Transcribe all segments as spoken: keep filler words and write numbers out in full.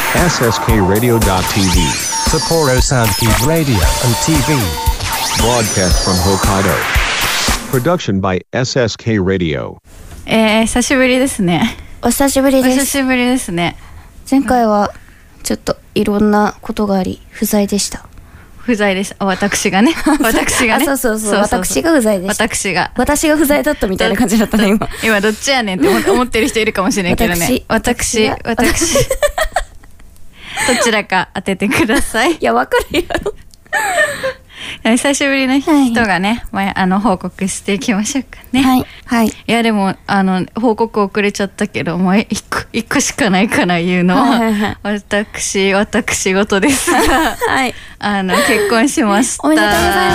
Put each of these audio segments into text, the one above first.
エスエスケー radio.tv Sapporo Soundkeep Radio and ティーブイ broadcast from Hokkaido production by エスエスケー radio。 えー、久しぶりですね。 お久しぶりおです。 久しぶりですね。 前回はちょっといろんなことがあり不在でした。 不在でした。私がね私がねあ、そうそうそう、私が不在でした。 私が私が不在だったみたいな感じだったね今今どっちやねんって思って思ってる人いるかもしれんけどね。私私私私どちらか当ててください。 いやわかるやろ久しぶりの人がね、はい、あの報告していきましょうかね。 はいはい。いやでもあの報告遅れちゃったけど、もう一個一個しかないから言うのは、はいはいはい、私私事ですが、はい、あの結婚しました。 おめでとうございます。わ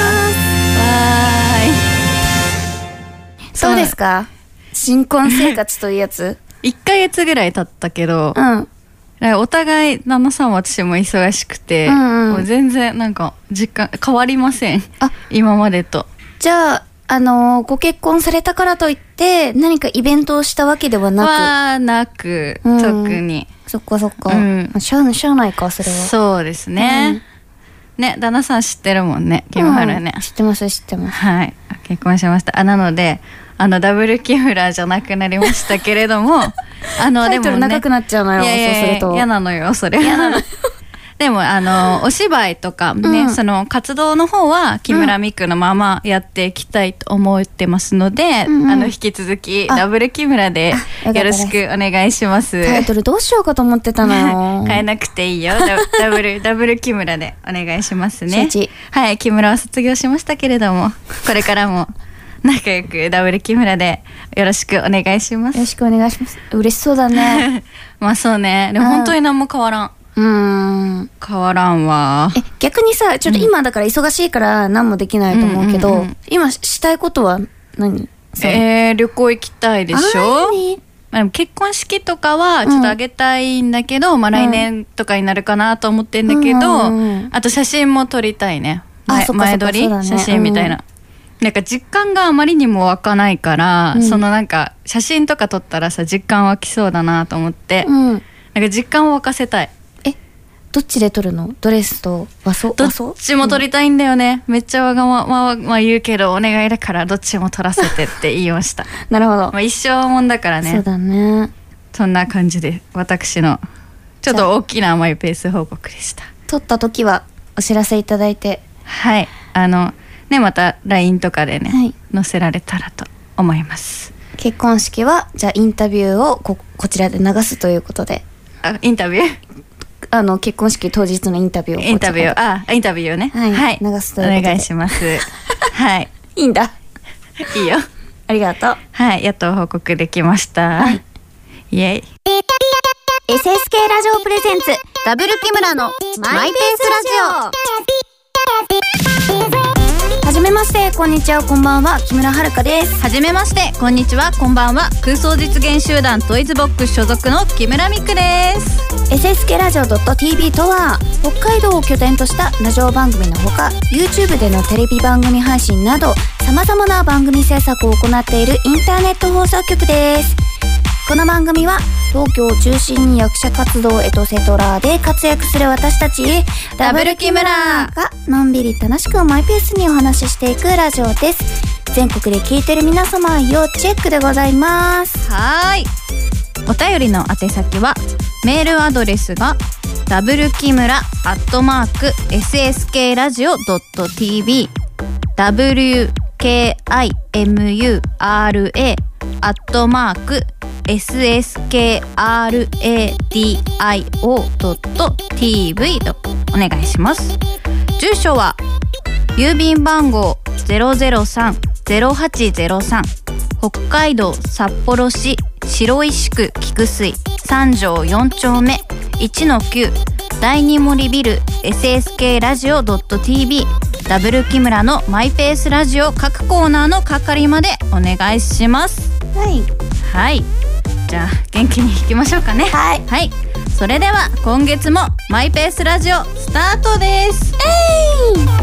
ーい。そうですか。新婚生活というやつ。 いっかげつぐらい経ったけど。うん。お互い旦那さんも私も忙しくて、うんうん、もう全然なんか実感変わりません。あ、今までと。 じゃああのー、ご結婚されたからといって何かイベントをしたわけではなくはなく、うん、特に。 そっかそっか、うん、しゃあしゃあないかそれは。 そうですね、うん、ね、旦那さん知ってるもんね、木村ね、 うん、知ってます知ってます。 はい、結婚しました。あ、なのであのダブル木村じゃなくなりましたけれどもあのタイトル長くなっちゃうのよ。 いやいやいや、そうすると嫌なのよそれ。嫌なのでもあのお芝居とかね、うん、その活動の方は木村美久のままやっていきたいと思ってますので、うんうん、あの引き続きダブル木村でよろしくお願いします。 タイトルどうしようかと思ってたのよ変えなくていいよ。ダブルダブル木村でお願いしますね。はい、木村は卒業しましたけれどもこれからも仲良くダブル木村でよろしくお願いします。 よろしくお願いします。嬉しそうだねまあそうね、でも本当に何も変わらん。うーん、変わらんわ。 え、逆にさ、ちょっと今だから忙しいから何もできないと思うけど、うんうんうん、今したいことは何？ えー、旅行行きたいでしょ。まあ、でも結婚式とかはちょっとあげたいんだけど、うん、まあ来年とかになるかなと思ってんだけど、うんうんうん、あと写真も撮りたいね。前, 前撮り、ね、写真みたいな、うん、なんか実感があまりにも湧かないから、うん、そのなんか写真とか撮ったらさ実感湧きそうだなと思って、うん、なんか実感を湧かせたい。 どっちで撮るの？ドレスと和装？ どっちも撮りたいんだよね、うん、めっちゃわがまま、まあ、言うけどお願いだからどっちも撮らせてって言いましたなるほど、 まあ、一生もんだからね。 そうだね。 そんな感じで私のちょっと大きなマイペース報告でした。 撮った時はお知らせいただいて、 はい、あのね、また ライン とかでね、はい、載せられたらと思います。 結婚式はじゃあインタビューを こ, こちらで流すということで。 あ、インタビューあの結婚式当日のインタビューをインタビューあインタビューね、はい、はい、 流すということでお願いしますはいいいんだいいよありがとう。 はい、やっと報告できました、はい、イエイ。 エスエスケー ラジオプレゼンツダブル木村のマイペースラジオ。はじめまして、こんにちは、こんばんは、木村遥です。 はじめまして、こんにちは、こんばんは、空想実現集団トイズボックス所属の木村美久です。 エスエスケー ラジオ ドットティービー とは北海道を拠点としたラジオ番組のほか YouTube でのテレビ番組配信など様々な番組制作を行っているインターネット放送局です。この番組は東京を中心に役者活動エトセトラで活躍する私たちダブル木村がのんびり楽しくマイペースにお話ししていくラジオです。全国で聞いてる皆様要チェックでございます。 はい、お便りの宛先はメールアドレスがダブル木村アットマーク エスエスケー ラジオ ドットティービー ダブリューケーアイエムユーアールエー アットマーク エスエスケーアールエーディーアイオー ドットティーブイ とお願いします。住所は郵便番号 ゼロゼロさん ゼロはちゼロさん 北海道札幌市白石区菊水さん条よん丁目 いちのきゅう 第二森ビル エスエスケー ラジオ ドットティービー ダブル木村のマイペースラジオ各コーナーの係までお願いします。 はいはい、じゃあ元気にいきましょうかね。 はい、 はい、それでは今月もマイペースラジオスタートです。 えい、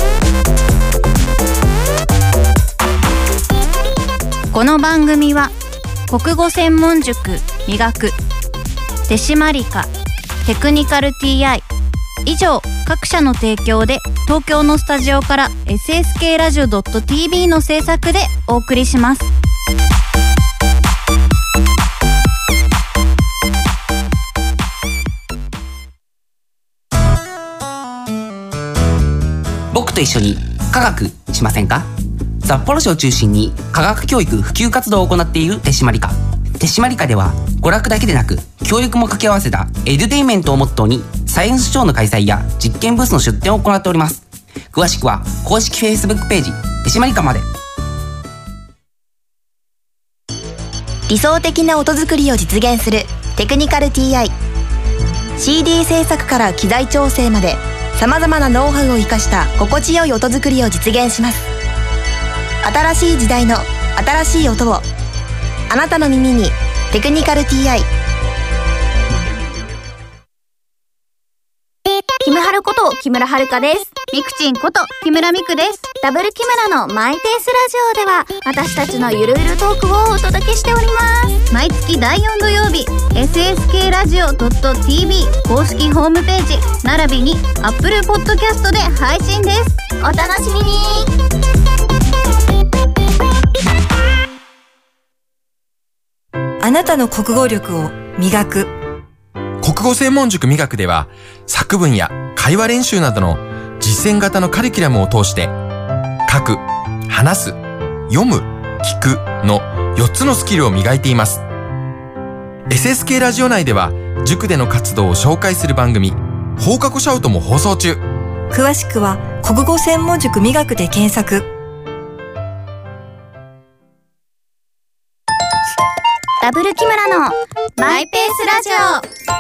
この番組は国語専門塾磨く、手締まりか、テクニカル ティーアイ 以上各社の提供で東京のスタジオから エスエスケー ラジオ ドット ティービー の制作でお送りします。 僕と一緒に科学しませんか？札幌市を中心に科学教育普及活動を行っている手締まり課。手締まり課では娯楽だけでなく教育も掛け合わせたエデュテインメントをモットーにサイエンスショーの開催や実験ブースの出展を行っております。詳しくは公式 Facebook ページ手締まり課まで。 理想的な音作りを実現するテクニカル ティーアイ。 シーディー 制作から機材調整までさまざまなノウハウを生かした心地よい音作りを実現します。新しい時代の新しい音をあなたの耳に。テクニカル ティーアイ。 キムハルこと木村遥です。 ミクチンこと木村ミクです。 ダブル木村のマイペースラジオでは私たちのゆるゆるトークをお届けしております。 毎月だいよん土曜日 エスエスケー ラジオ ドット ティービー 公式ホームページ並びに Apple Podcast で配信です。 お楽しみに。 あなたの国語力を磨く。 国語専門塾磨くでは、作文や会話練習などの実践型のカリキュラムを通して、書く、話す、読む、聞くのよっつのスキルを磨いています。エスエスケー ラジオ内では、塾での活動を紹介する番組、放課後シャウトも放送中。 詳しくは国語専門塾磨くで検索。 ダブル木村のマイペースラジオ。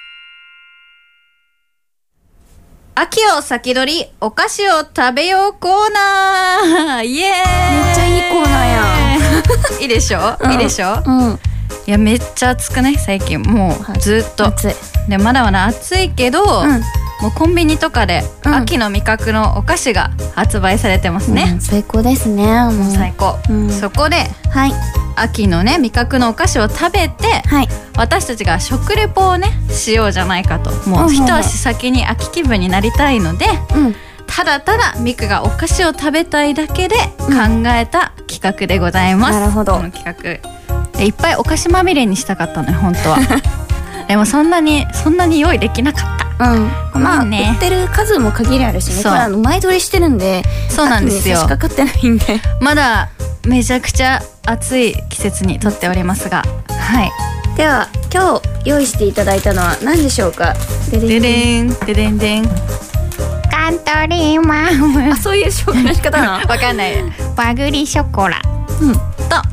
秋を先取りお菓子を食べようコーナー。イエーイ。めっちゃいいコーナーやん。いいでしょ、うん、いいでしょ、 うん、 いやめっちゃ暑くない最近。もうずっと暑い。 でまだまだ暑いけど、うん、もうコンビニとかで秋の味覚のお菓子が発売されてますね、 うん、最高ですね。もう最高、うん、そこで、 はい、 秋のね味覚のお菓子を食べて、はい、私たちが食レポをねしようじゃないかと。もう一足先に秋気分になりたいので、うん、ただただミクがお菓子を食べたいだけで考えた企画でございます、 うん、なるほど。 この企画でいっぱいお菓子まみれにしたかったのよ本当はでもそんなにそんなに用意できなかった。うん、 まあ、ね、売ってる数も限りあるしね。これあの前撮りしてるんで、 そうなんですよ。 秋に差し掛かってないんでまだめちゃくちゃ暑い季節に撮っておりますが、はい。 では今日用意していただいたのは何でしょうか。 でででんででんでん。カントリーマーム。 あ、そういう紹介の仕方なの？ わかんない。和栗ショコラ、うん、と、 はい、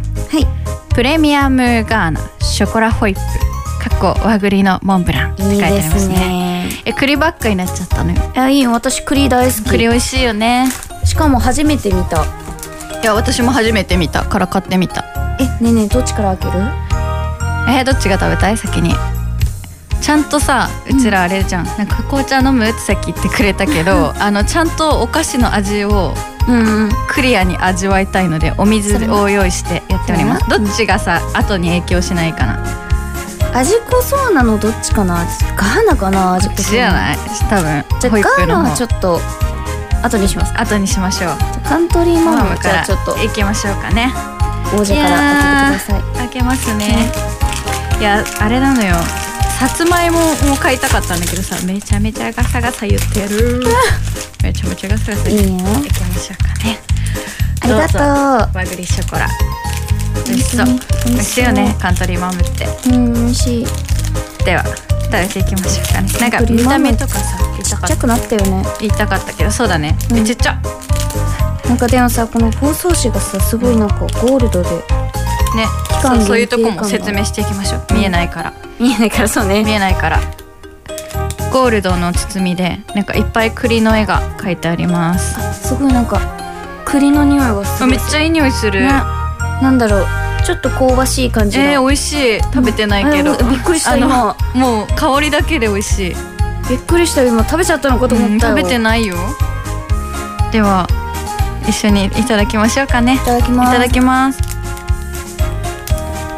プレミアムガーナショコラホイップ。かっこ和栗のモンブランって書いてありますね。いいですね。え、栗ばっかりになっちゃったのよ。 いやいいよ、私栗大好き。 栗美味しいよね。 しかも初めて見た。 いや私も初めて見たから買ってみた。 え、ねえねえどっちから開ける？ えー、どっちが食べたい？先に。ちゃんとさ、うちらあれじゃん、うん、なんか紅茶飲むってさっき言ってくれたけどあのちゃんとお菓子の味をクリアに味わいたいのでお水を用意してやっております。どっちがさ後に影響しないかな。 味濃そうなのどっちかな。ガーナかな。味濃そうじゃない多分。 じゃあガーナはちょっと後にします。 後にしましょう。 カントリーマームからちょっと行きましょうかね。 王者から開けてください。 開けますね。いやあれなのよ、さつまいもも買いたかったんだけどさ、めちゃめちゃガサガサ言ってるめちゃめちゃガサガサ言ってる。いいよ、行きましょうかね。 ありがとう。 和栗ショコラ美味しそう。美味しいよねカントリーマームって。 うん美味しい。 では食べていきましょうかね。なんか見た目とかさちっちゃくなったよね。 言いたかったけどそうだね、うん、ちっちゃ。 なんかでもさこの包装紙がさすごいなんかゴールドでね、そう、そういうとこも説明していきましょう。見えないから見えないからそうね見えないからゴールドの包みでなんかいっぱい栗の絵が描いてあります。 あすごいなんか栗の匂いがすごい。 めっちゃいい匂いする、ね、 なんだろうちょっと香ばしい感じの。 えー、美味しい。食べてないけど、 うん、びっくりした今。 もう香りだけで美味しい。 びっくりした今。食べちゃったのかと思ったよ、 うん、食べてないよ。では一緒にいただきましょうかね。 いただきます。 いただきます。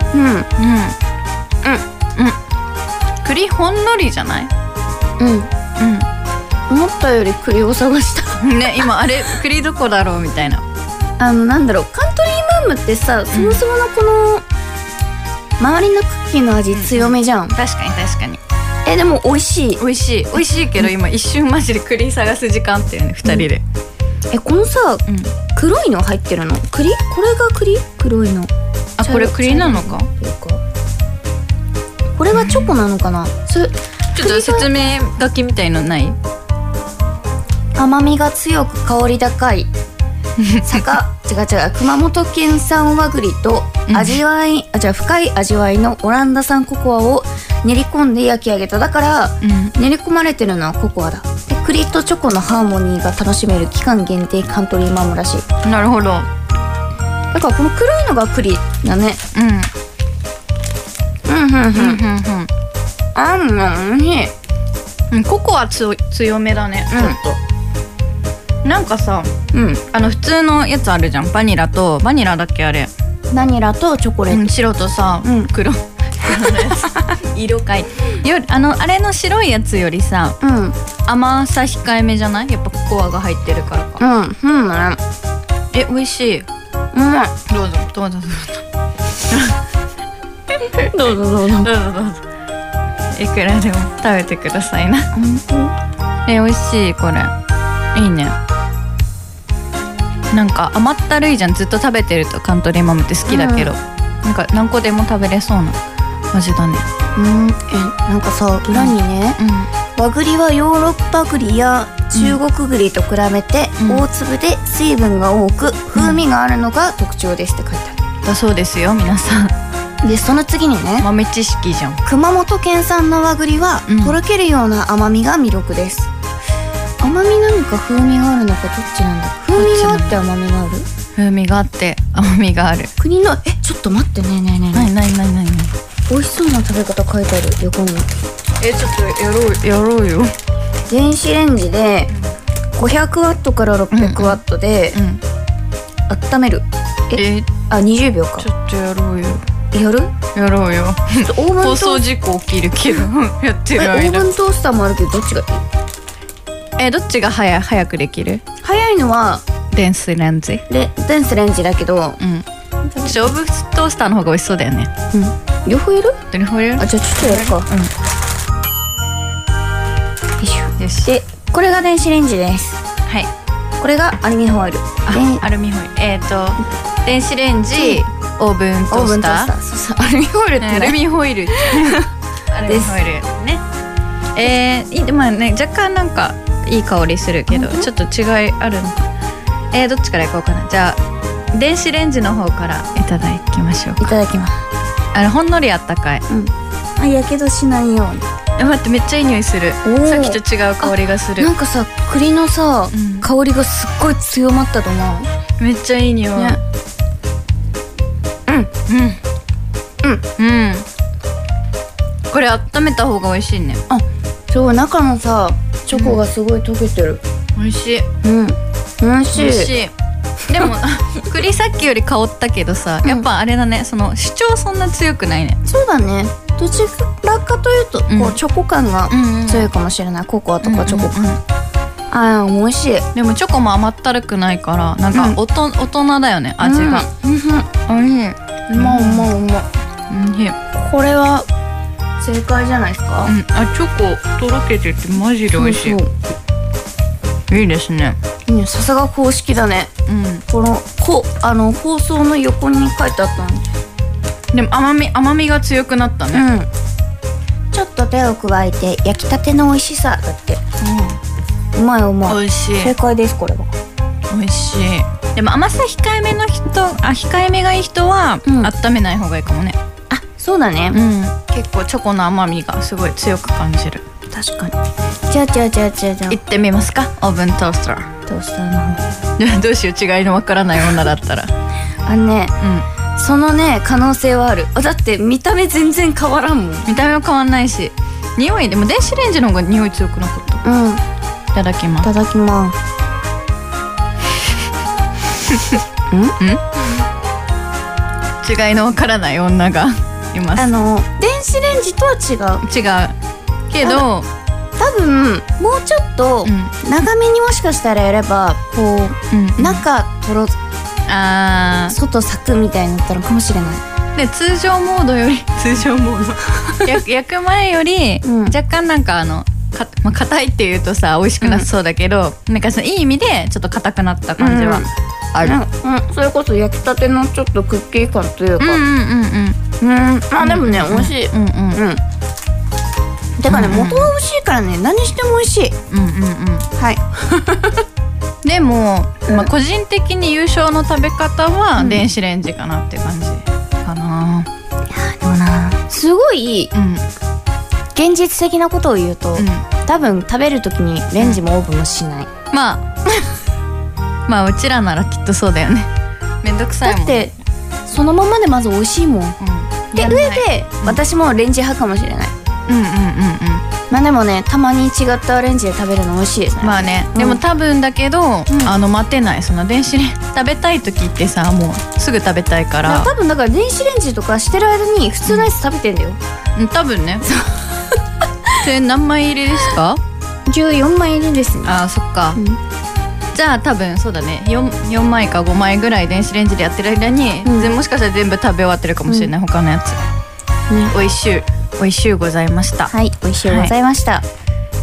うんうんうんうん栗ほんのりじゃない？ うんう思ったより栗を探したんね、今あれ栗どこだろうみたいな。 あのなんだろう、カントリーマアムってさ、そもそものこの周りのクッキーの味強めじゃん、 確かに確かにえでも美味しい。 美味しい美味しいけど今一瞬マジで栗探す時間あったよね、ふたりで。 えこのさ、 うん黒いの入ってるの栗？これが栗？黒いの。 あ、これ栗なのか？ これはチョコなのかな。それちょっと説明書きみたいのない？ 甘みが強く香り高い坂違う違う熊本県産和栗と味わい、うん、あじゃあ深い味わいのオランダ産ココアを練り込んで焼き上げた。だから、うん、練り込まれてるのはココアだ。で栗とチョコのハーモニーが楽しめる期間限定カントリーマアムらしい。 なるほど。 だからこの黒いのが栗だね。うんうんうんうんうんうんあんなおいしい、 うん、ココアつ強めだね、ちょっとなんかさ、うん、あの普通のやつあるじゃん、バニラとバニラだっけあれ、 バニラとチョコレート、 うん、白とさ、うん、黒黒のやつ色かいよあのあれの白いやつよりさ、うん、甘さ控えめじゃない？やっぱココアが入ってるからか。 うんうんね。 え、美味しい。 うん。 どうぞどうぞどうぞどうぞどうぞどうぞどうぞ。いくらでも食べてくださいな。え、美味しいこれ。いいね。なんか甘ったるいじゃん、ずっと食べてると。カントリーマアムって好きだけど、うん、なんか何個でも食べれそうな味だね。 うん、えなんかさ裏にね、うん、和栗はヨーロッパ栗や中国栗と比べて大粒で水分が多く、うん、風味があるのが特徴ですって書いてある。 だそうですよ皆さん。 でその次にね、 豆知識じゃん。 熊本県産の和栗は、うん、とろけるような甘みが魅力です。甘みなのか風味があるのかどっちなんだ。風味があって甘みがある。 風味があって甘みがある。 栗のえちょっと待ってねえねえねえ。 なになになになに。 美味しそうな食べ方書いてある横に。 えちょっとやろうやろうよ。 電子レンジでごひゃくワットからろっぴゃくワットで、うんうん、温める。ええあにじゅうびょうか。 ちょっとやろうよ。 やるやろうよ。 ちょっとオーブン放送事故起きるけどやってる間。 オーブントースターもあるけどどっちがいい？ えどっちが早早くできる？ 早いのは電子レンジ。 レ電子レンジだけど、うん。オーブントースターの方が美味しそうだよね。 うん。両方やる？ 両方やる？ あじゃあちょっとやるか。うん。よいしょ。よし。でこれが電子レンジです。 はい。 これがアルミホイル。 あアルミホイル。えっと電子レンジ、オーブントースター。 そうそうアルミホイルってね。 アルミホイル。アルミホイルね。えー、でもね若干なんかいい香りするけどちょっと違いあるのか。えー、どっちからいこうかな。じゃあ電子レンジの方からいただきましょうか。 いただきます。 あのほんのりあったかい。 うん。あやけどしないように。 え待ってめっちゃいい匂いする。さっきと違う香りがする。 なんかさ栗のさ、うん、香りがすっごい強まったと思う。 めっちゃいい匂い。ね、うんうんうんうん。これ温めた方が美味しいね。 あそう中のさチョコがすごい溶けてる。 うん、美味しい。 うん美味しい。美味しい。 でも栗さっきより香ったけどさ、やっぱあれだね、その主張そんな強くないね。 そうだね。どちらかというと、うん、こうチョコ感が強いかもしれない。ココアとかチョコ感。うんうんうん、あー美味しい。 でもチョコも甘ったるくないからなんかおと、うん、大人だよね味が。 うんうん、おいしい。うまうまうま。 おいしい。これは正解じゃないですか。 うん、あチョコとろけててマジで美味しい。そうそういいですね。 さすが公式だね。うん、このこあの放送の横に書いてあったの。 でも甘み甘みが強くなったね。 うん、ちょっと手を加えて焼きたての美味しさだって。うん、うまいうまい。 美味しい。 正解ですこれは。 美味しい。でも甘さ控えめの人あ控えめがいい人は、うん、温めない方がいいかもね。 あそうだね。 うん、結構チョコの甘みがすごい強く感じる。 確かに。じゃあじゃあじゃあじゃあじゃあ行ってみますか。オーブントースター。 トースターの方。 どうしよう違いのわからない女だったら。 あのね、うん、そのね可能性はある。だって見た目全然変わらんもん。 見た目は変わんないし匂いでも電子レンジの方が匂い強くなかった。 うん。いただきます。 いただきます。ん？ん？ 違いのわからない女がいます。 あの電子レンジとは違う違うけど多分もうちょっと長めにもしかしたらやればこう、うん、中とろあ外サクみたいになったのかもしれない。 で通常モードより通常モード焼, 焼く前より、うん、若干なんかあのか、まあ、硬いっていうとさ美味しくなさそうだけど、うん、なんかそのいい意味でちょっと硬くなった感じはある、 うんうん、それこそ焼きたてのちょっとクッキー感というか、 うんうんうんうん、 うん、まあでもね、うんうん、美味しい、うんうんうん、てかね、うんうん、元が美味しいからね何しても美味しい、うんうんうん、はいでも、うんまあ、個人的に優勝の食べ方は電子レンジかなって感じかな、 うん、いやでもなすごい、うん、現実的なことを言うと、うん、多分食べる時にレンジもオーブンもしない、 うん、まあまあうちらならきっとそうだよね。めんどくさいもん。 だってそのままでまず美味しいもん、うん、で上で私もレンジ派かもしれない、うんうんうんうん、まあでもねたまに違ったレンジで食べるの美味しいですね。 まあね、うん、でも多分だけど、うん、あの待てないその電子レンジ食べたい時ってさもうすぐ食べたいから多分だから電子レンジとかしてる間に普通のやつ食べてんだよ、 うん、多分ねそれ何枚入りですか？ じゅうよんまい入りですね。 あーそっか、うん、じゃあ多分そうだね 4, よんまいかごまいぐらい電子レンジでやってる間に、うん、もしかしたら全部食べ終わってるかもしれない、うん、他のやつ、ね、おいしゅうおいしゅうございました。 はい、おいしゅうございました、はい、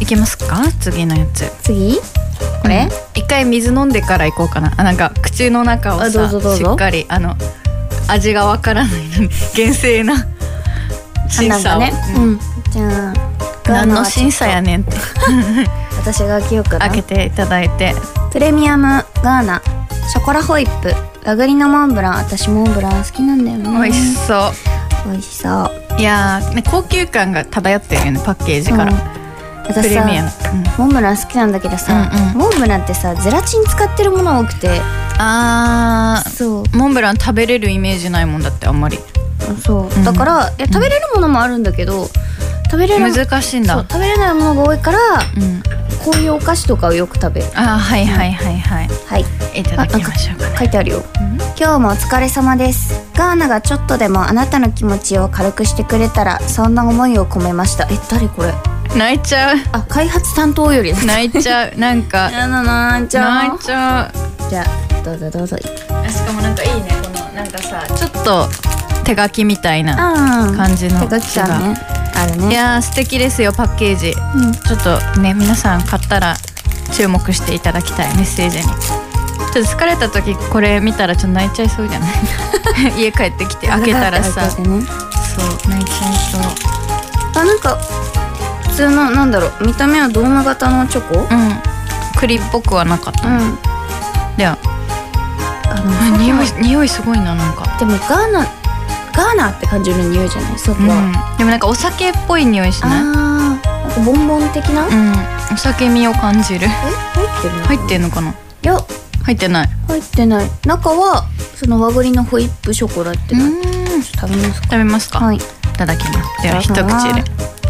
いけますか？次のやつ次これ、うん、 一回水飲んでからいこうかな。あなんか口の中をさどうぞどうぞしっかりあの味がわからないのに厳正な審査を、ねうん、 じゃあ何の審査やねんって私が開けようかな。 開けていただいてプレミアムガーナショコラホイップ和栗のモンブラン。私モンブラン好きなんだよね。 美味しそう美味しそう。 いやー、ね、高級感が漂ってるよねパッケージから、うん、 私さ、うん、モンブラン好きなんだけどさ、うんうん、モンブランってさゼラチン使ってるもの多くてあーそうモンブラン食べれるイメージないもんだってあんまりそうだから、うん、いや食べれるものもあるんだけど、うん、食べれる難しいんだ。 そう食べれないものが多いから、うん、こういうお菓子とかをよく食べる。 あーはいはいはいはい、うん、 はいいただきましょうかね。 書いてあるよ、うん、今日もお疲れ様です。ガーナがちょっとでもあなたの気持ちを軽くしてくれたらそんな思いを込めました。え誰これ？ 泣いちゃう。 あ開発担当より泣いちゃうなんかやだ泣いちゃう泣いちゃう。じゃあどうぞどうぞ。 しかもなんかいいねこのなんかさちょっと手書きみたいな感じの手書き感ねあるね。 いやー素敵ですよパッケージ、うん、ちょっとね皆さん買ったら注目していただきたいメッセージに。ちょっと疲れた時これ見たらちょっと泣いちゃいそうじゃない家帰ってきて開けたらさ、ね、そう泣いちゃいそう。 あなんか普通のなんだろう見た目はドーム型のチョコ、うん、 栗っぽくはなかった、ね、うん、ではあの匂い匂いすごいななんか。 でもガーナガーナって感じる匂いじゃない外は、 うん、でもなんかお酒っぽい匂いしない？あなんかボンボン的な、 うん、お酒味を感じる。え入ってるの？ 入ってんのかな？いや入ってない入ってない。中はその和栗のホイップショコラってなってる。食べますか？ 食べますか？はいいただきます。では一口で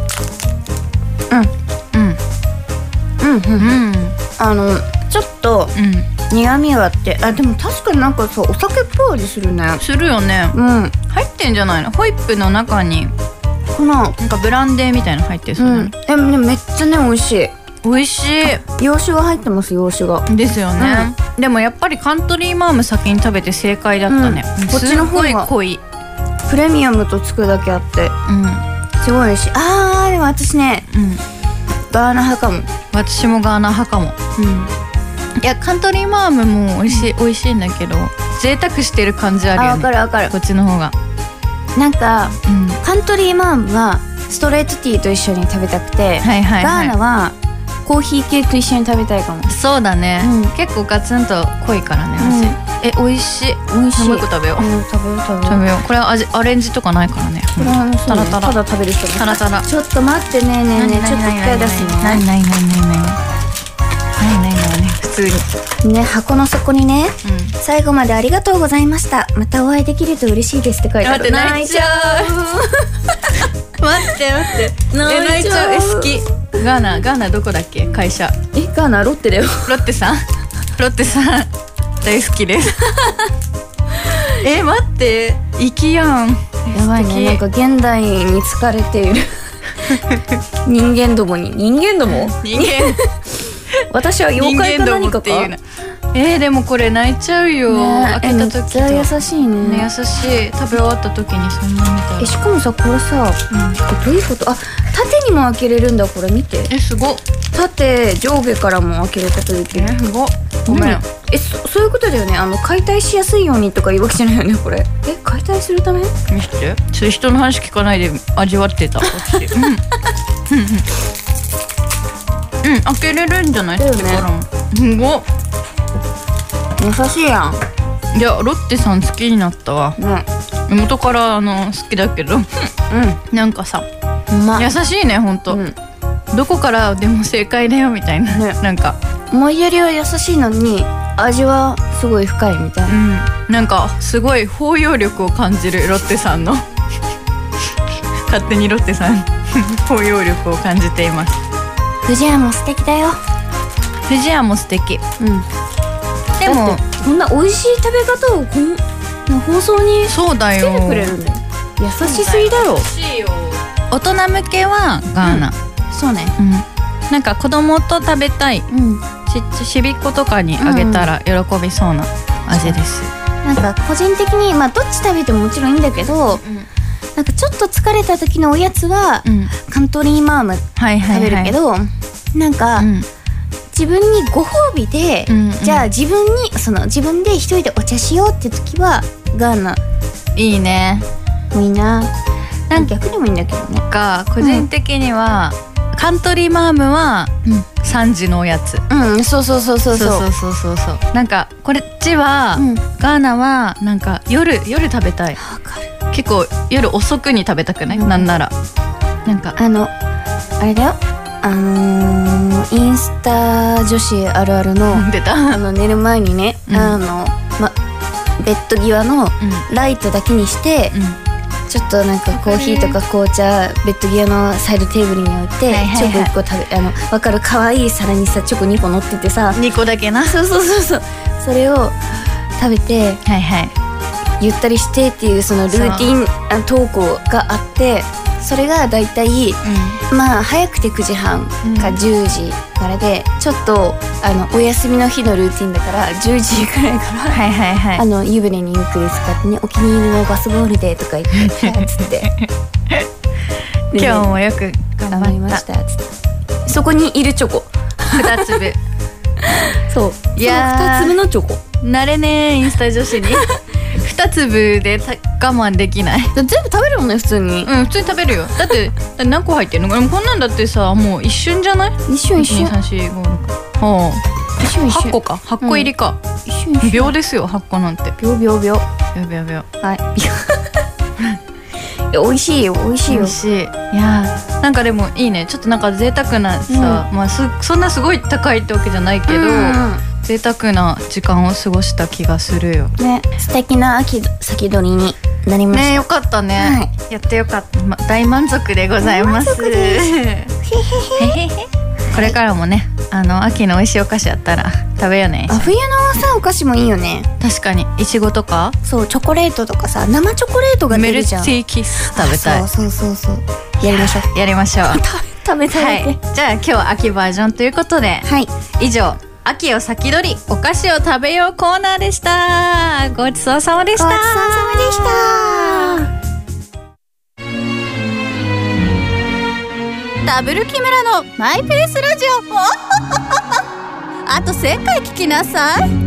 うんうんうんうんうんあのちょっと苦味があって、あでも確かになんかさお酒っぽい味するね。 するよね。うん入ってんじゃないの？ホイップの中にこのなんかブランデーみたいなの入ってる、うん、 えめっちゃね美味しい。 美味しい。 洋酒が入ってます。洋酒がですよね、うん、でもやっぱりカントリーマーム先に食べて正解だったね、うん、こっちの方が濃いプレミアムとつくだけあって、うん、すごい美味しい。あーでも私ね、うん、ガーナ派かも。 私もガーナ派かも、うん、いやカントリーマームも美味しい、美味しいんだけど贅沢してる感じあるよね。 あ分かる分かる。 こっちの方がなんか、うん、カントリーマームはストレートティーと一緒に食べたくて、はいはいはい、ガーナはコーヒー系と一緒に食べたいかも。 そうだね、うん、結構ガツンと濃いからね味、うん、え美味しい美味しい。 もう一個食べよう、うん、 食べよう食べよう食べよう。これは味アレンジとかないからね。 これはね、ただただただ食べる人ね。 ただただちょっと待ってねえねえねえちょっと一回出すね。 ないないないないないないないないね普通にね箱の底にね、うん、最後までありがとうございましたまたお会いできると嬉しいですって書いてある。 待って泣いちゃう待って待って泣いちゃう。え好きガーナガーナどこだっけ会社。 えガーナロッテだよ。 ロッテさんロッテさん大好きですえ待って粋やん。 やばいね、なんか現代に疲れている人間どもに人間ども人間私は妖怪か何かか。 えー、でもこれ泣いちゃうよ、ね、開けた時と。めっちゃ優しい ね, ね優しい。食べ終わった時にそんなみたい。 えしかもさこれさ、うん、どういうこと。あ縦にも開けれるんだ。これ見て。 えすごっ。 縦上下からも開けることできる。 えすごっ。ごめん。 え そ, そういうことだよね。あの解体しやすいようにとかいうわけじゃないよねこれ。え解体するため。 見せて。ちょ人の話聞かないで味わってた。うんうんうん開けれるんじゃない。 だよね。 すごっ。 優しいやん。 いやロッテさん好きになったわ、ね、元からあの好きだけど、うん、なんかさ、ま、優しいねほんと、うん、どこからでも正解だよみたいな、ね、なんか思いやりは優しいのに味はすごい深いみたいな、うん、 なんかすごい包容力を感じるロッテさんの勝手にロッテさん包容力を感じています。 不二家も素敵だよ。 不二家も素敵。うんでもこんな美味しい食べ方をこん放送にそうだよつけてくれるんだよ。優しすぎだろ。 優しいよ。大人向けはガーナ、うん、 そうね、 うん、なんか子供と食べたい、うん、ち, ちびっ子とかにあげたら喜びそうな味です、 うん、なんか個人的にまあどっち食べてももちろんいいんだけど、うん、なんかちょっと疲れた時のおやつは、うん、カントリーマーム食べるけど、はいはいはい、なんか、うん自分にご褒美で、うんうん、じゃあ自分にその自分で一人でお茶しようって時はガーナいいね。 もういいな。なんか逆でもいいんだけどね。 が個人的には、うん、カントリーマームはさんじのおやつ。 うん、そうそうそうそうそうそうそうそうそうなんかこれっちは、うん、ガーナはなんか夜夜食べたい。わかる。結構夜遅くに食べたくない、うん、なんならなんかあのあれだよ。あのー、インスタ女子あるあるの出たあの寝る前にね、うん、あのま、ベッド際のライトだけにして、うん、ちょっとなんかコーヒーとか紅茶ベッド際のサイドテーブルに置いて、はいはいはい、チョコいっこ食べあの分かる可愛い皿にさチョコにこ乗っててさにこだけなそうそうそうそうそれを食べて、 はいはい、 ゆったりしてっていうそのルーティン投稿があってそれがだいたい、うん、まあ早くてくじはんかじゅうじからで、うん、ちょっとあのお休みの日のルーティンだからじゅうじくらいからはいはい、はい、 あの湯船にゆっくり使ってねお気に入りのバスボールでとか言ってつって今日もよく頑張りましたつってそこにいるチョコふたつぶそういやふたつぶのチョコ慣れねインスタ女子にふたつぶで我慢できない。 全部食べるもんね普通に。 うん普通に食べるよ。だって何個入ってんの？こんなんだってさもう一瞬じゃない？ 一瞬一瞬。 いちにさんしごろくはあ一瞬一瞬。はっこかはっこ入りか、うん、一瞬一瞬。秒ですよはっこなんて。 秒秒秒秒秒秒はい美味しいよ美味しいよ。 美味しい。いやなんかでもいいね。ちょっとなんか贅沢なさ、うん、まあすそんなすごい高いってわけじゃないけど、うん、贅沢な時間を過ごした気がするよ。 ね素敵な秋先取りになりました。 ねよかったね、はい、やってよかった、ま、大満足でございます。 大満足ですこれからもねあの秋の美味しいお菓子あったら食べようね。 あ冬のさお菓子もいいよね。 確かにいちごとかそうチョコレートとかさ生チョコレートが出るじゃん。 メルティーキス食べたい。 そうそうそうそうやりましょうやりましょう食べたい、 はい、じゃあ今日は秋バージョンということで、 はい、 以上秋を先取りお菓子を食べようコーナーでした。ごちそうさまでした。 ごちそうさまでした。 ダブル木村のマイペースラジオあとせんかい聞きなさい。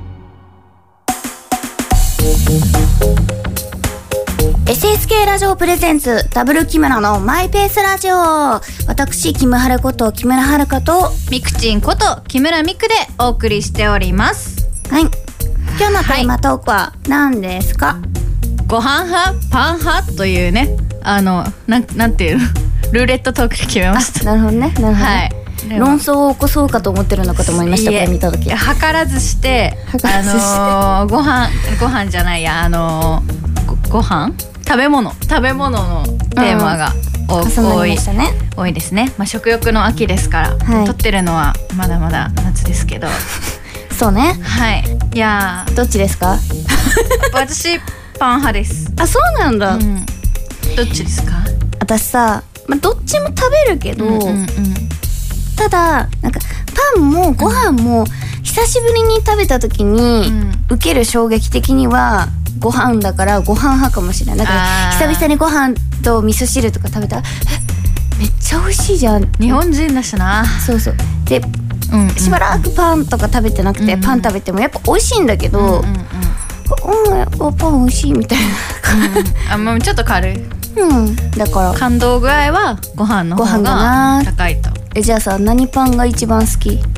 エスエスケー ラジオプレゼンツダブル木村のマイペースラジオ。私木村遥こと木村遥とみくちんこと木村みくでお送りしております。 はい今日のテーマトークは何ですか？ ご飯派パン派というねあのなん、なんていうのルーレットトークで決めました。 なるほどねなるほどね、はい、論争を起こそうかと思ってるのかと思いました。これ見た時図らずしてあのー、ご飯ご飯じゃないやあのー、ご, ご飯食べ物食べ物のテーマが多く、うん、多い、ね、多いですね、まあ、食欲の秋ですから、はい、撮ってるのはまだまだ夏ですけどそうねはいいやどっちですか？ 私パン派です。 あ、そうなんだ、うん、 どっちですか？ 私さ、まあ、どっちも食べるけど、うんうんうん、ただなんかパンもご飯も久しぶりに食べた時に受ける衝撃的にはご飯だからご飯派かもしれない。だから久々にご飯と味噌汁とか食べたらめっちゃ美味しいじゃん。 日本人だしな。 そうそう。で、うんうん、しばらくパンとか食べてなくて、うんうん、パン食べてもやっぱ美味しいんだけど、うんうんうん、やっぱパン美味しいみたいな、 うん、あ、もうちょっと軽い、 うん、だから感動具合はご飯の方が高いと。 え、じゃあさ、何パンが一番好き？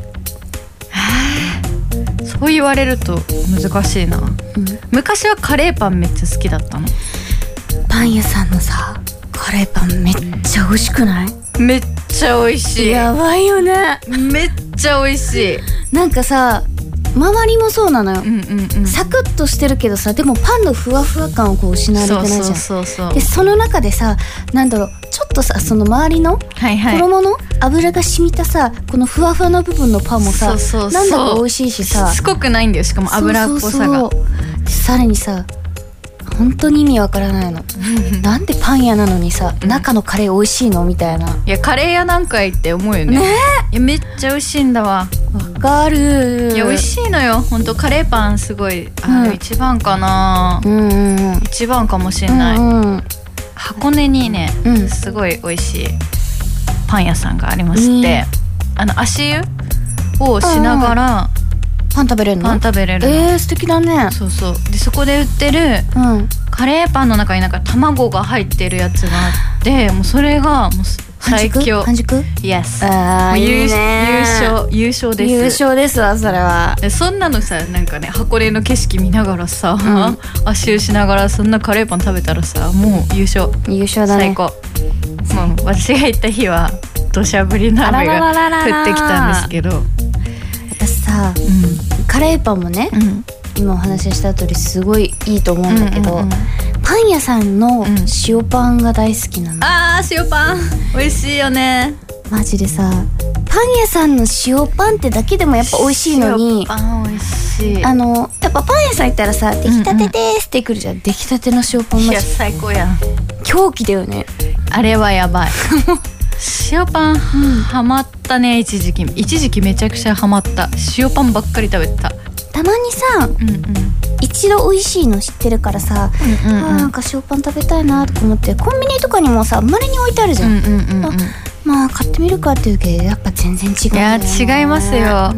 そう言われると難しいな、うん、昔はカレーパンめっちゃ好きだったの。 パン屋さんのさカレーパンめっちゃ美味しくない？ めっちゃ美味しい。 やばいよね。 めっちゃ美味しい。 なんかさ、周りもそうなのよ、うんうんうん、サクッとしてるけどさ、でもパンのふわふわ感をこう失われてないじゃん。そうそうそうそう。でその中でさ、なんだろう、ちょっとさ、その周りの衣の油が染みたさ、このふわふわの部分のパンもさ、そうそうそう、なんだか美味しいしさ、 しつこくないんだよ。しかも油っぽさが、そうそうそう。 さらにさ、本当に意味わからないのなんでパン屋なのにさ、中のカレー美味しいのみたいな。 いや、カレー屋なんかいって思うよね。ねえ、いやめっちゃ美味しいんだわ。 わかる。 いや美味しいのよ。本当カレーパンすごい、あ、うん、一番かな、うんうんうん、一番かもしれない、うんうん、箱根にね、うん、すごい美味しいパン屋さんがありまして、うん、あの足湯をしながら、うん、 パン食べれるの？ パン食べれるの。 えー、素敵だね。 そうそう。でそこで売ってる、うん、カレーパンの中になんか卵が入ってるやつがあって、もうそれがもう最強。 半熟？ Yes。 あー、いいね。 優勝優勝です。 優勝ですわ、それは。 でそんなのさ、なんかね、箱根の景色見ながらさ、うん、足湯しながらそんなカレーパン食べたらさ、もう優勝。 優勝だね。 最高。もう私が行った日は土砂降りの雨が降ってきたんですけど。 私さ、うん、カレーパンもね、うん、今お話しした通りすごいいいと思うんだけど、うんうんうん、パン屋さんの塩パンが大好きなの、うん、 あー、塩パン美味しいよね。 マジでさ、パン屋さんの塩パンってだけでもやっぱ美味しいのに、 塩パン美味しい。 あのやっぱパン屋さん行ったらさ、出来たてですってくるじゃん、うんうん、出来たての塩パン。 いや最高やん。 狂気だよね。 あれはやばい塩パン、うん、ハマったね。一時期一時期めちゃくちゃハマった。塩パンばっかり食べてた。 たまにさ、うんうん、一度美味しいの知ってるからさ、うんうんうん、あ、なんか塩パン食べたいなとか思って、コンビニとかにもさ、まれに置いてあるじゃん、うんうんうんうん、あ、まあ買ってみるかっていうけど、やっぱ全然違う、ね、 いや違いますよ、うん、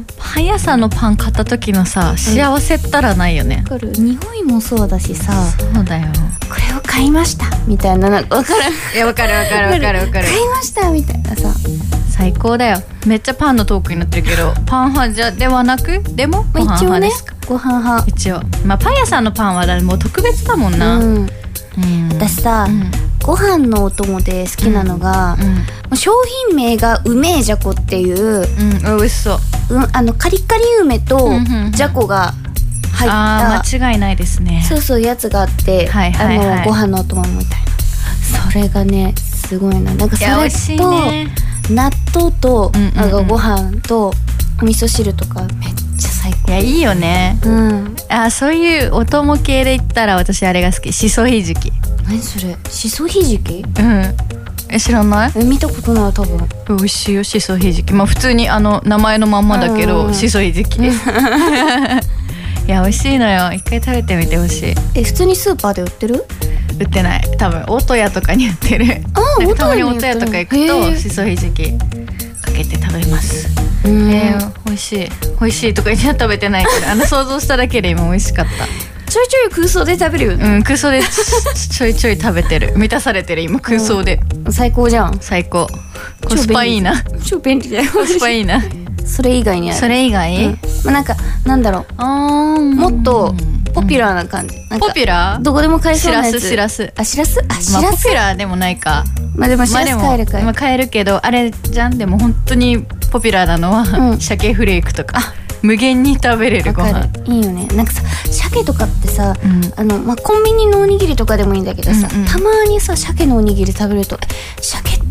パン屋さんのパン買った時のさ、幸せったらないよね。 わかる。匂いもそうだしさ、 そうだよ。 これを買いましたみたいな、なんかわかる。 いやわかるわかるわかるわかる。 買いましたみたいなさ、 最高だよ。めっちゃパンのトークになってるけど、パン派じゃではなく、でもご飯派ですか？ ご飯派。 一応、まあパン屋さんのパンはもう特別だもんな、うんうん、 私さ、うん、ご飯のお供で好きなのが、うんうん、もう商品名が梅じゃこっていう、うん、 美味しそう、 うん、あのカリカリ梅とじゃこが入った、 あー、間違いないですね。 そうそう、やつがあって、はいはいはい、あのご飯のお供みたいな、それがねすごいな。なんかそれと、ね、納豆と、うんうんうん、なんかご飯と味噌汁とかめっちゃ最高。 いやいいよね、うん、あ、そういうお供系で言ったら私あれが好き。しそひじき。 何それ？しそひじき？ うん、え、知らない？ え、見たことない。多分美味しいよ、しそひじき。まあ普通にあの名前のまんまだけど、しそひじきですいや美味しいのよ。一回食べてみてほしい。 え、普通にスーパーで売ってる？ 売ってない。多分大戸屋とかに売ってる。 あー、 たまに大戸屋とか行くとしそひじきかけて食べます。えー、美味しい美味しいとか言って食べてないけど、あの想像しただけで今美味しかった。 ちょいちょい空想で食べるよね。 うん、空想でちょいちょい食べてる。満たされてる今空想で。 最高じゃん。 最高。コスパいいな。 超便利だよ。 コスパいいな。 それ以外にある？ それ以外、うん、 まあ、なんかなんだろう、あ、もっとポピュラーな感じ。なんかポピュラー？ どこでも買えそうなやつ。 しらすしらす。 あ、しらす？あ、しらす。 まあ、ポピュラーでもないか。 まあでもしらす買えるかい。 まあ、買えるけどあれじゃん。でも本当にポピュラーなのは、うん、鮭フレークとか。あ、無限に食べれるご飯。 いいよね。なんかさ、鮭とかってさ、うん、あのまあ、コンビニのおにぎりとかでもいいんだけどさ、うんうん、たまにさ鮭のおにぎり食べると、鮭って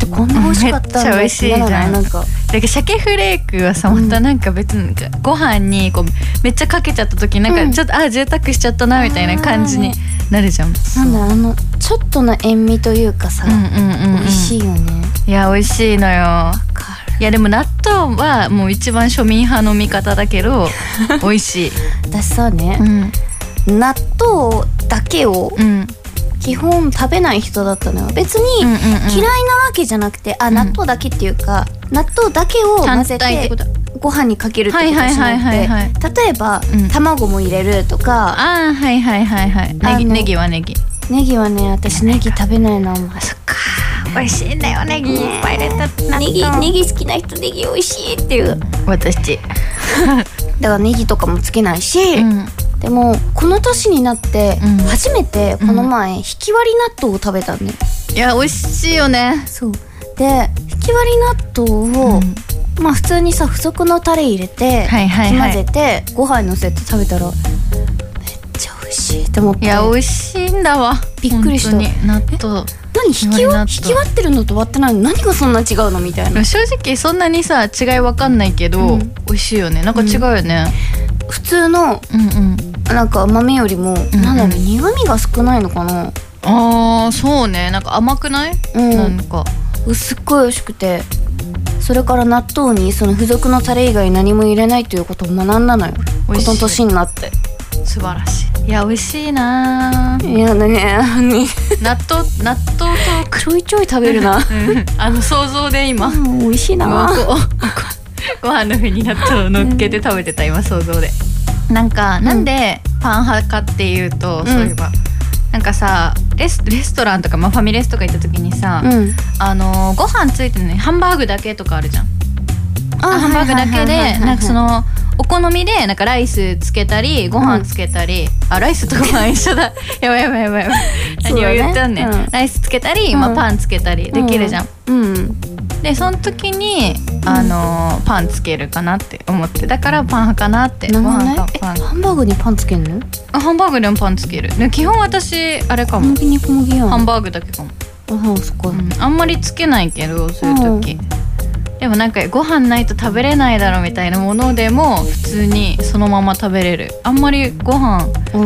ってこんな美味しかったんだってめっちゃ美味しいじゃん。 なんかだけ鮭フレークはさ、またなんか別にご飯にこうめっちゃかけちゃった時なんかちょっと、うん、あ贅沢しちゃったなみたいな感じになるじゃん。 なんだあのちょっとの塩味というかさ、うんうんうんうん、美味しいよね。 いや美味しいのよ。いやでも納豆はもう一番庶民派の味方だけど美味しい。 私さね、うん、納豆だけを、うん基本食べない人だったのよ。別に嫌いなわけじゃなくて、あ、納豆だけっていうか、うん、納豆だけを混ぜてご飯にかけるってことしなくて、例えば、うん、卵も入れるとか。 あーはいはいはいはい。ネギネギはネギ。 ネギはね、私ネギ食べないな。お前そっか。美味しいんだよネギいっぱい入れた納豆。 ネギネギ好きな人ネギ美味しいっていう。 私。 だからネギとかもつけないし。うんでもこの年になって初めてこの前ひき割り納豆を食べたんだよ。 いや美味しいよね。 そうでひき割り納豆を、うん、まあ普通にさ付属のタレ入れて、はいはいはい、混ぜてご飯のせて食べたらめっちゃ美味しいって思って。 いや美味しいんだわ。 びっくりした。 納豆何引き割引き割ってるのと割ってないの何がそんな違うのみたいな。 正直そんなにさ違いわかんないけど、うん、美味しいよね。なんか違うよね、 うん、普通の、うんうんなんか豆よりも、うんうん、なんだろう苦味が少ないのかな。 あーそうね。なんか甘くない、うん、なんかすっごい美味しくて、それから納豆にその付属のタレ以外何も入れないということを学んだのよ。この年になって素晴らしい。いや美味しいな。 いやだね納豆納豆とちょいちょい食べるな、うん、 あの想像で今、 うん、美味しいなご飯の上に納豆を乗っけて食べてた今想像で。なんか、うん、なんでパン派かっていうと、うん、そういえばなんかさレス、レストランとか、まあ、ファミレスとか行った時にさ、うん、あのご飯ついてるねハンバーグだけとかあるじゃん。あハンバーグだけでなんかそのお好みでなんかライスつけたりご飯つけたり、うん、あライスとご飯一緒だやばいやばいやばい何を言ってんねん、ねうん、ライスつけたり、まあ、パンつけたりできるじゃん、うんうん、でその時にあのー、パンつけるかなって思って、だからパン派かなって。 ご飯かパン。ハンバーグにパンつけるの？ あハンバーグでもパンつける。で基本私あれかも小麦小麦やん。 ハンバーグだけかも。 あそっか、うん、 あんまりつけないけどそういう時、うん、でもなんかご飯ないと食べれないだろみたいなものでも普通にそのまま食べれる。あんまりご飯、うん、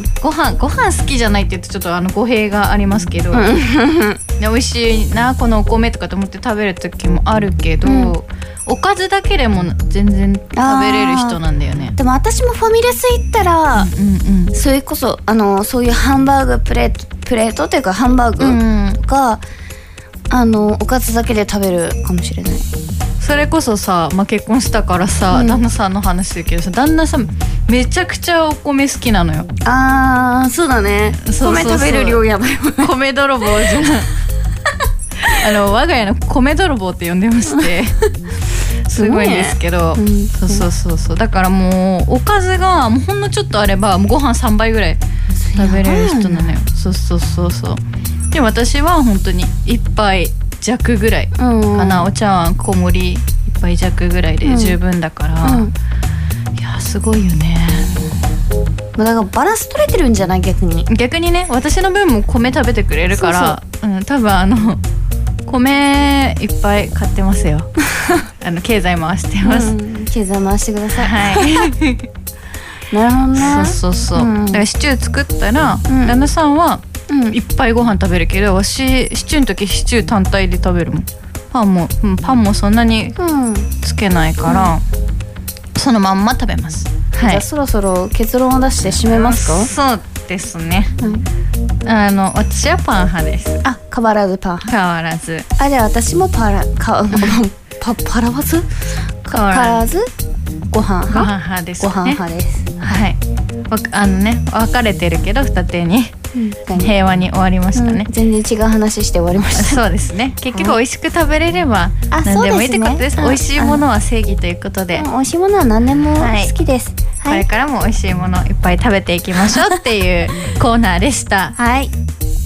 ご飯ご飯好きじゃないって言うとちょっとあの語弊がありますけど、うん、美味しいなこのお米とかと思って食べる時もあるけど、うん、おかずだけでも全然食べれる人なんだよね。 でも私もファミレス行ったら、うんうんうん、それこそあのそういうハンバーグプレートプレートというかハンバーグとか、うん、あのおかずだけで食べるかもしれない。 それこそさ、まあ、結婚したからさ、うん、旦那さんの話するけどさ旦那さんめちゃくちゃお米好きなのよ。 あーそうだね。そうそうそう米食べる量やばい米泥棒じゃんあの我が家の米泥棒って呼んでましてすごいんですけど、うん、そうそうそうそうだからもうおかずがもうほんのちょっとあればもうご飯さんばいぐらい食べれる人なのよ。そうそうそうそう。で私は本当にいっぱい弱ぐらいかな、うん、お茶碗小盛りいっぱい弱ぐらいで十分だから、うんうん、いやすごいよね。 だからバランス取れてるんじゃない逆に逆にね私の分も米食べてくれるからそうそう、うん、多分あの米いっぱい買ってますよあの経済回してます、うん、 経済回してくださいはいなるほどね。 そうそうそう、うん、だからシチュー作ったら、うん、旦那さんは、うん、いっぱいご飯食べるけど私シチューの時シチュー単体で食べるもん。パンも、うん、パンもそんなにつけないから、うん、そのまんま食べます、 はい、じゃあそろそろ結論を出して締めますか。 そうですね、うん、あの私はパン派です。 あ変わらずパン変わらず。 あじゃあ私もパラかパパラバズ変わらずご飯派ご飯派ですね。 ご飯派です。 はい。あのね分かれてるけど二手に、うん、平和に終わりましたね、 うん、全然違う話して終わりました。 そうですね。結局美味しく食べれれば何でもいいってことです。美味しいものは正義ということで、 うん、美味しいものは何でも好きです、 はい、これからも美味しいものいっぱい食べていきましょうっていうコーナーでしたはい。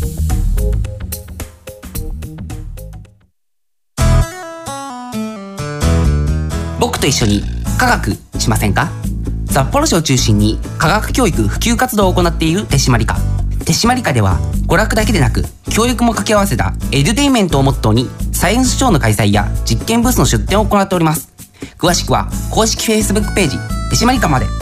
僕と一緒に科学しませんか。札幌市を中心に科学教育普及活動を行っている手締まり課。手締まり課では娯楽だけでなく教育も掛け合わせたエデュテインメントをモットーにサイエンスショーの開催や実験ブースの出展を行っております。詳しくは公式 Facebook ページ手締まりかまで。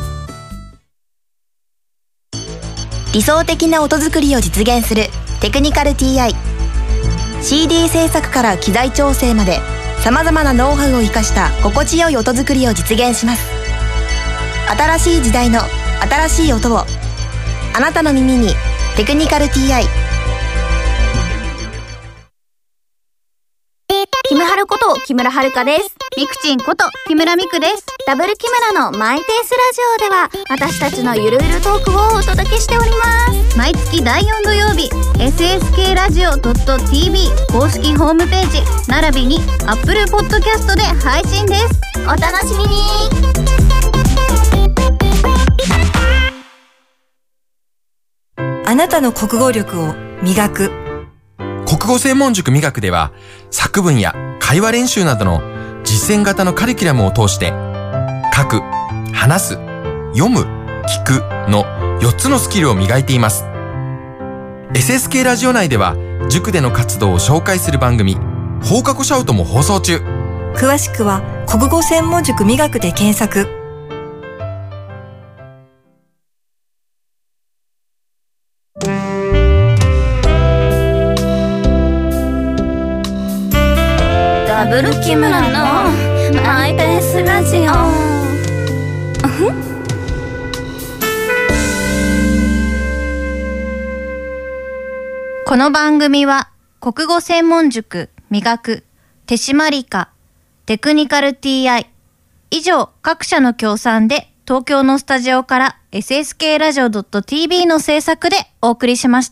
理想的な音作りを実現するテクニカル ティーアイ。 シーディー 制作から機材調整まで様々なノウハウを生かした心地よい音作りを実現します。新しい時代の新しい音をあなたの耳に。テクニカル ティーアイ。 キムハルこと木村遥です。 ミクチンこと木村ミクです。 ダブル木村のマイペースラジオでは私たちのゆるゆるトークをお届けしております。 毎月だいよん土曜日 エスエスケーラジオ ドットティービー 公式ホームページ並びに Apple Podcast で配信です。 お楽しみに。 あなたの国語力を磨く。 国語専門塾磨くでは、作文や会話練習などの実践型のカリキュラムを通して、書く、話す、読む、聞くのよっつのスキルを磨いています。エスエスケー ラジオ内では、塾での活動を紹介する番組、放課後シャウトも放送中。 詳しくは国語専門塾磨くで検索。 ダブル木村のマイペースラジオ。 この番組は国語専門塾磨く、手締まりか、テクニカル ティーアイ 以上各社の協賛で東京のスタジオから エスエスケーラジオ ドットティービー の制作でお送りしました。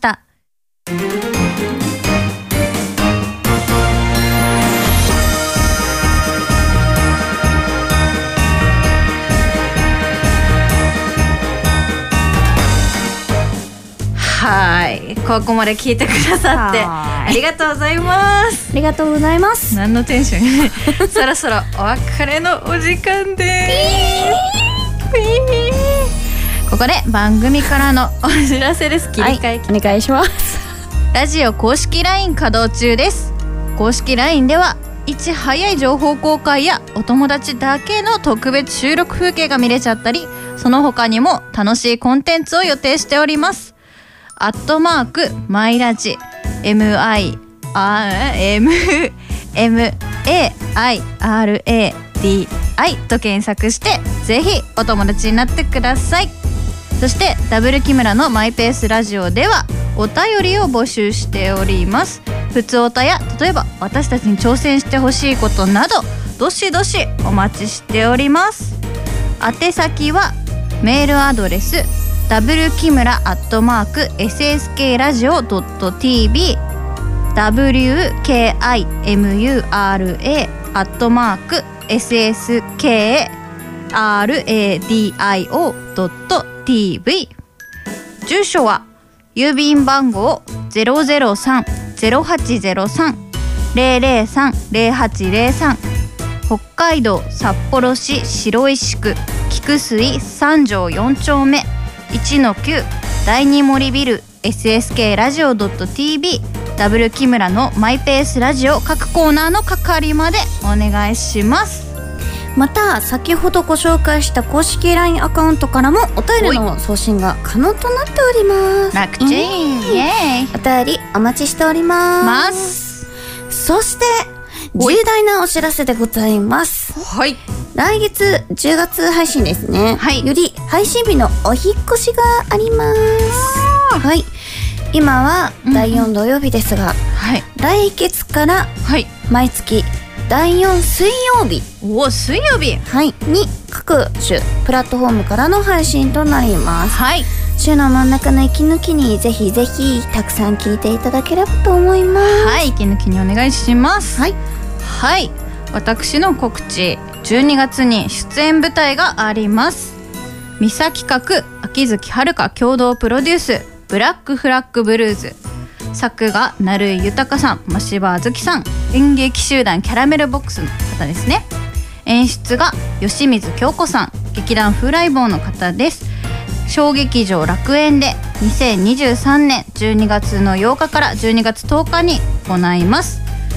はい、ここまで聞いてくださってありがとうございます。 ありがとうございます。 何のテンションそろそろお別れのお時間です。ここで番組からのお知らせです。切り替え、 はい、お願いします。 ラジオ公式 ライン 稼働中です。公式 ライン ではいち早い情報公開やお友達だけの特別収録風景が見れちゃったり、その他にも楽しいコンテンツを予定しております。アットマークマイラジ エムアイエムエムエーアイアールエーディーアイ と検索してぜひお友達になってください。そしてダブル木村のマイペースラジオではお便りを募集しております。ふつおたや例えば私たちに挑戦してほしいことなどどしどしお待ちしております。宛先はメールアドレスダブル木村アットマーク エスエスケーラジオ ドットティービー ダブリューケーアイエムユーアールエー アットマーク エスエスケーアールエーディーアイオー ドットティービー。 住所は郵便番号 ゼロゼロさん ゼロはちゼロさん ゼロゼロさん ゼロはちゼロさん、北海道札幌市白石区菊水三条よん丁目いちのきゅうだいに森ビル エスエスケーラジオ ドットティービー ダブル木村のマイペースラジオ各コーナーの係までお願いします。 また先ほどご紹介した公式 ライン アカウントからもお便りの送信が可能となっております。 楽ちん、イエーイ。 お便りお待ちしております。そして重大なお知らせでございます。 はい、 来月じゅうがつ配信ですね、はい、より配信日のお引っ越しがあります。はい、今はだいよん土曜日ですが、うん、はい、来月から毎月だいよん水曜日、 おお水曜日、 はい、に各種プラットフォームからの配信となります。はい、週の真ん中の息抜きにぜひぜひたくさん聞いていただければと思います。 はい、息抜きにお願いします。はい、はい、私の告知、じゅうにがつに出演舞台があります。ミサ企画秋月遥共同プロデュースブラックフラッグブルーズ、作が成井豊さん、真柴あずきさん、演劇集団キャラメルボックスの方ですね。演出が吉水京子さん、劇団風来坊の方です。小劇場楽園でにせんにじゅうさんねんじゅうにがつのようかからじゅうにがつとおかに行います。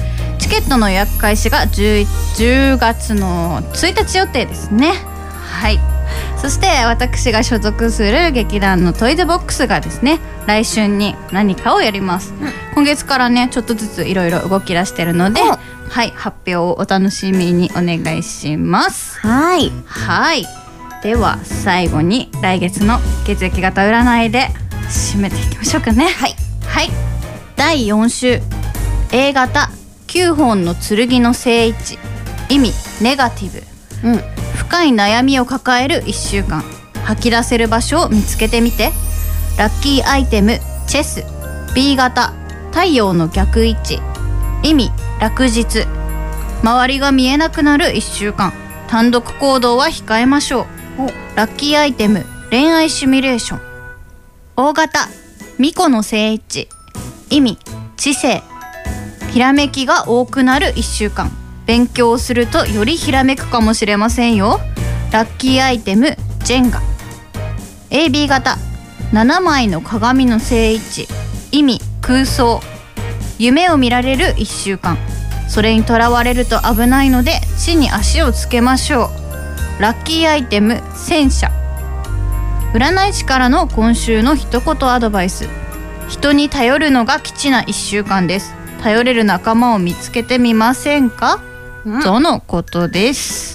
チケットの予約開始が 10, 10月のついたち予定ですね。はい。そして私が所属する劇団のトイズボックスがですね、来週に何かをやります、うん、今月からねちょっとずついろいろ動き出してるので、はい、発表をお楽しみにお願いします。 はい。 はい。では最後に来月の血液型占いで締めていきましょうかね。 はい、 はい、だいよん週 A 型きゅうほんの剣の正位置、意味ネガティブ、うん、深い悩みを抱えるいっしゅうかん、吐き出せる場所を見つけてみて。ラッキーアイテムチェス。 B 型太陽の逆位置、意味落日、周りが見えなくなるいっしゅうかん、単独行動は控えましょう。ラッキーアイテム恋愛シミュレーション。 O 型巫女の正位置、意味知性、ひらめきが多くなるいっしゅうかん、勉強をするとよりひらめくかもしれませんよ。ラッキーアイテムジェンガ。 エービー 型ななまいの鏡の正位置、意味空想、夢を見られるいっしゅうかん、それにとらわれると危ないので地に足をつけましょう。ラッキーアイテム戦車。占い師からの今週の一言アドバイス。人に頼るのが吉ないっしゅうかんです。頼れる仲間を見つけてみませんか、うん、とのことです。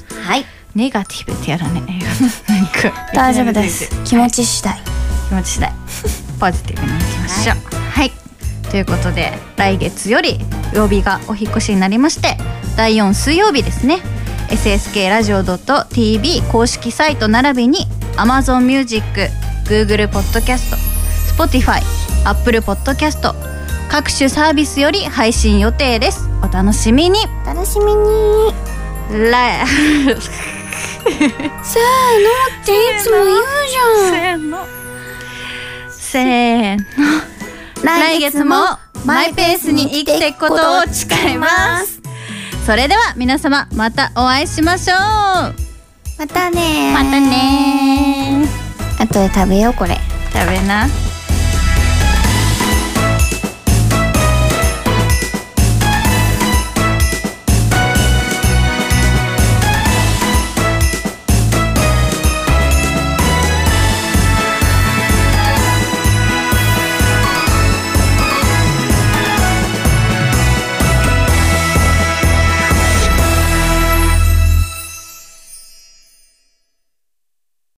はい。 ネガティブってやだね。なんか大丈夫です。気持ち次第。 気持ち次第。ポジティブにいきましょう。はい、はい。ということで来月より曜日がお引っ越しになりまして、だいよん水曜日ですね。エスエスケー ラジオ ドット ティービー 公式サイト並びに Amazon Music、Google Podcast、Spotify、Apple Podcast 各種サービスより配信予定です。お楽しみに。 楽しみに。 ラせーのっていつも言うじゃん。せーのせーの。来月もマイペースに生きていくことを誓います。それでは皆様またお会いしましょう。 またねー。 またねー。 あとで食べようこれ。 食べな。